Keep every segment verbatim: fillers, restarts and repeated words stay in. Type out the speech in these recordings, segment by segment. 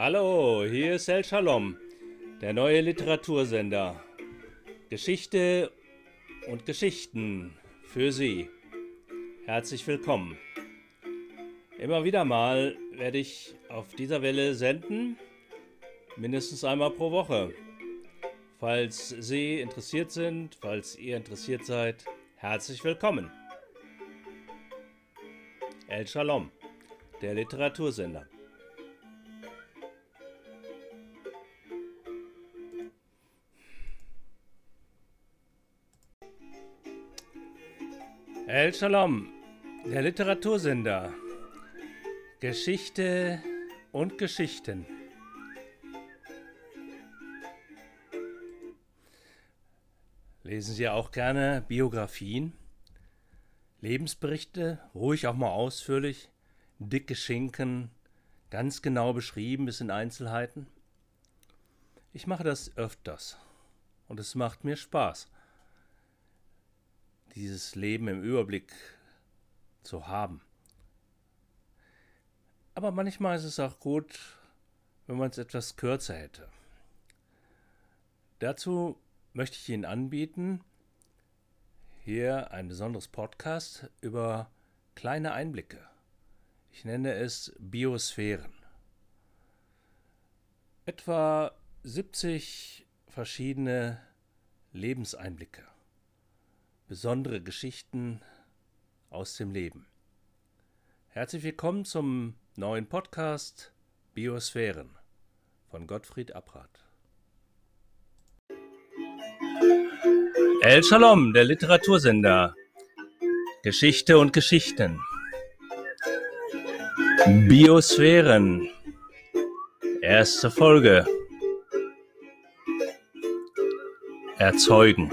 Hallo, hier ist El Shalom, der neue Literatursender. Geschichte und Geschichten für Sie. Herzlich willkommen. Immer wieder mal werde ich auf dieser Welle senden, mindestens einmal pro Woche. Falls Sie interessiert sind, falls ihr interessiert seid, herzlich willkommen. El Shalom, der Literatursender. El Shalom, der Literatursender. Geschichte und Geschichten. Lesen Sie auch gerne Biografien, Lebensberichte, ruhig auch mal ausführlich, dicke Schinken, ganz genau beschrieben bis in Einzelheiten? Ich mache das öfters und es macht mir Spaß, dieses Leben im Überblick zu haben. Aber manchmal ist es auch gut, wenn man es etwas kürzer hätte. Dazu möchte ich Ihnen anbieten, hier ein besonderes Podcast über kleine Einblicke. Ich nenne es Biosphären. Etwa siebzig verschiedene Lebenseinblicke. Besondere Geschichten aus dem Leben. Herzlich willkommen zum neuen Podcast Biosphären von Gottfried Apprat. El Shalom, der Literatursender. Geschichte und Geschichten. Biosphären. Erste Folge. Erzeugen.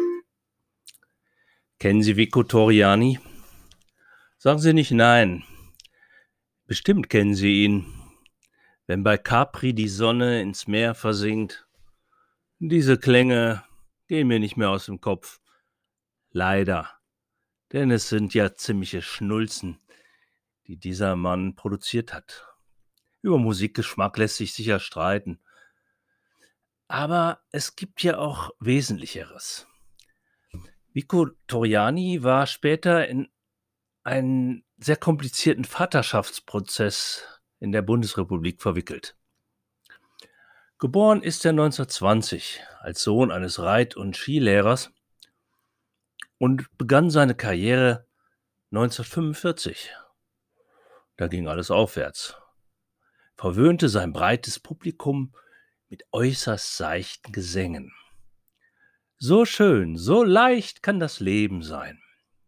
Kennen Sie Vico Torriani? Sagen Sie nicht nein. Bestimmt kennen Sie ihn. Wenn bei Capri die Sonne ins Meer versinkt. Diese Klänge gehen mir nicht mehr aus dem Kopf. Leider. Denn es sind ja ziemliche Schnulzen, die dieser Mann produziert hat. Über Musikgeschmack lässt sich sicher streiten. Aber es gibt ja auch Wesentlicheres. Vico Torriani war später in einen sehr komplizierten Vaterschaftsprozess in der Bundesrepublik verwickelt. Geboren ist er neunzehnhundertzwanzig als Sohn eines Reit- und Skilehrers und begann seine Karriere neunzehnhundertfünfundvierzig. Da ging alles aufwärts. Verwöhnte sein breites Publikum mit äußerst seichten Gesängen. So schön, so leicht kann das Leben sein.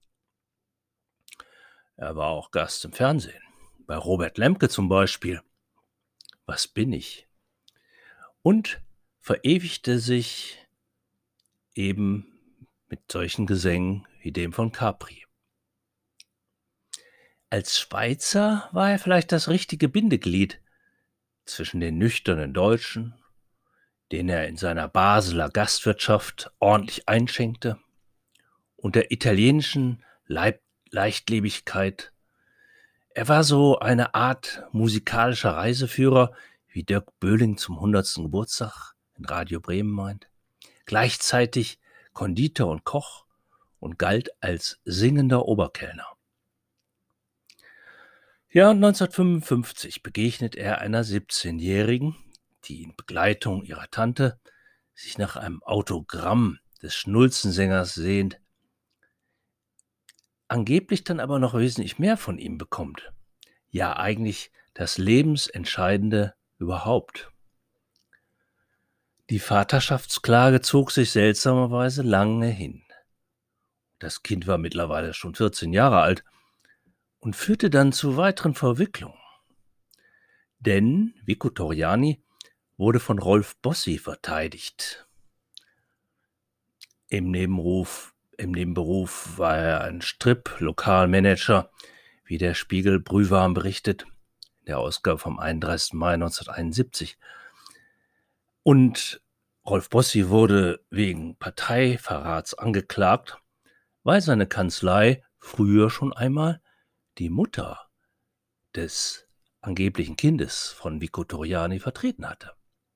Er war auch Gast im Fernsehen, bei Robert Lemke zum Beispiel. Was bin ich? Und verewigte sich eben mit solchen Gesängen wie dem von Capri. Als Schweizer war er vielleicht das richtige Bindeglied zwischen den nüchternen Deutschen, den er in seiner Basler Gastwirtschaft ordentlich einschenkte, und der italienischen Leib- Leichtlebigkeit. Er war so eine Art musikalischer Reiseführer, wie Dirk Böhling zum hundertsten Geburtstag in Radio Bremen meint, gleichzeitig Konditor und Koch und galt als singender Oberkellner. Ja, und neunzehnhundertfünfundfünfzig begegnet er einer siebzehnjährigen, die in Begleitung ihrer Tante sich nach einem Autogramm des Schnulzensängers sehnt, angeblich dann aber noch wesentlich mehr von ihm bekommt. Ja, eigentlich das Lebensentscheidende überhaupt. Die Vaterschaftsklage zog sich seltsamerweise lange hin. Das Kind war mittlerweile schon vierzehn Jahre alt und führte dann zu weiteren Verwicklungen. Denn Vico Torriani wurde von Rolf Bossi verteidigt. Im Nebenberuf, im Nebenberuf war er ein Strip-Lokalmanager, wie der Spiegel brühwarm berichtet, in der Ausgabe vom einunddreißigsten Mai neunzehnhunderteinundsiebzig. Und Rolf Bossi wurde wegen Parteiverrats angeklagt, weil seine Kanzlei früher schon einmal die Mutter des angeblichen Kindes von Vico Torriani vertreten hatte.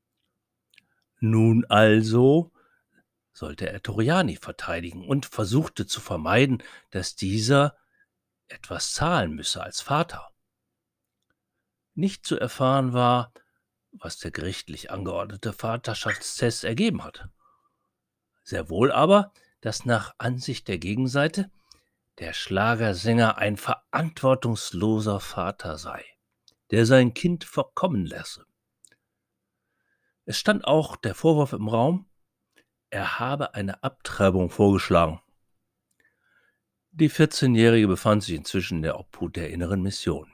Nun also sollte er Torriani verteidigen und versuchte zu vermeiden, dass dieser etwas zahlen müsse als Vater. Nicht zu erfahren war, was der gerichtlich angeordnete Vaterschaftstest ergeben hat. Sehr wohl aber, dass nach Ansicht der Gegenseite der Schlagersänger ein verantwortungsloser Vater sei, der sein Kind verkommen lasse. Es stand auch der Vorwurf im Raum, er habe eine Abtreibung vorgeschlagen. Die vierzehnjährige befand sich inzwischen in der Obhut der Inneren Mission.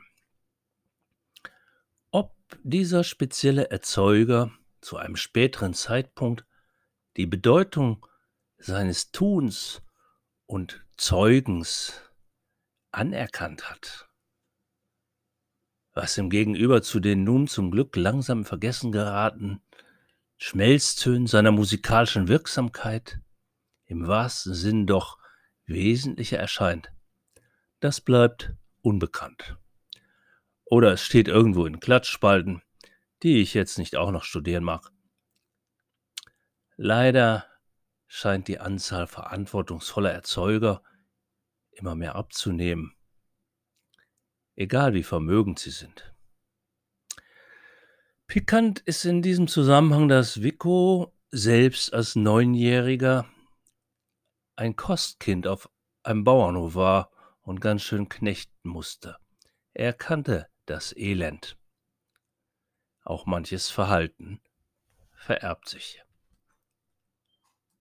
Ob dieser spezielle Erzeuger zu einem späteren Zeitpunkt die Bedeutung seines Tuns und Zeugens anerkannt hat, was im Gegenüber zu den nun zum Glück langsam in Vergessen geratenen Schmelztönen seiner musikalischen Wirksamkeit im wahrsten Sinn doch wesentlicher erscheint, das bleibt unbekannt. Oder es steht irgendwo in Klatschspalten, die ich jetzt nicht auch noch studieren mag. Leider scheint die Anzahl verantwortungsvoller Erzeuger immer mehr abzunehmen, egal wie vermögend sie sind. Pikant ist in diesem Zusammenhang, dass Vico selbst als Neunjähriger ein Kostkind auf einem Bauernhof war und ganz schön knechten musste. Er kannte das Elend. Auch manches Verhalten vererbt sich.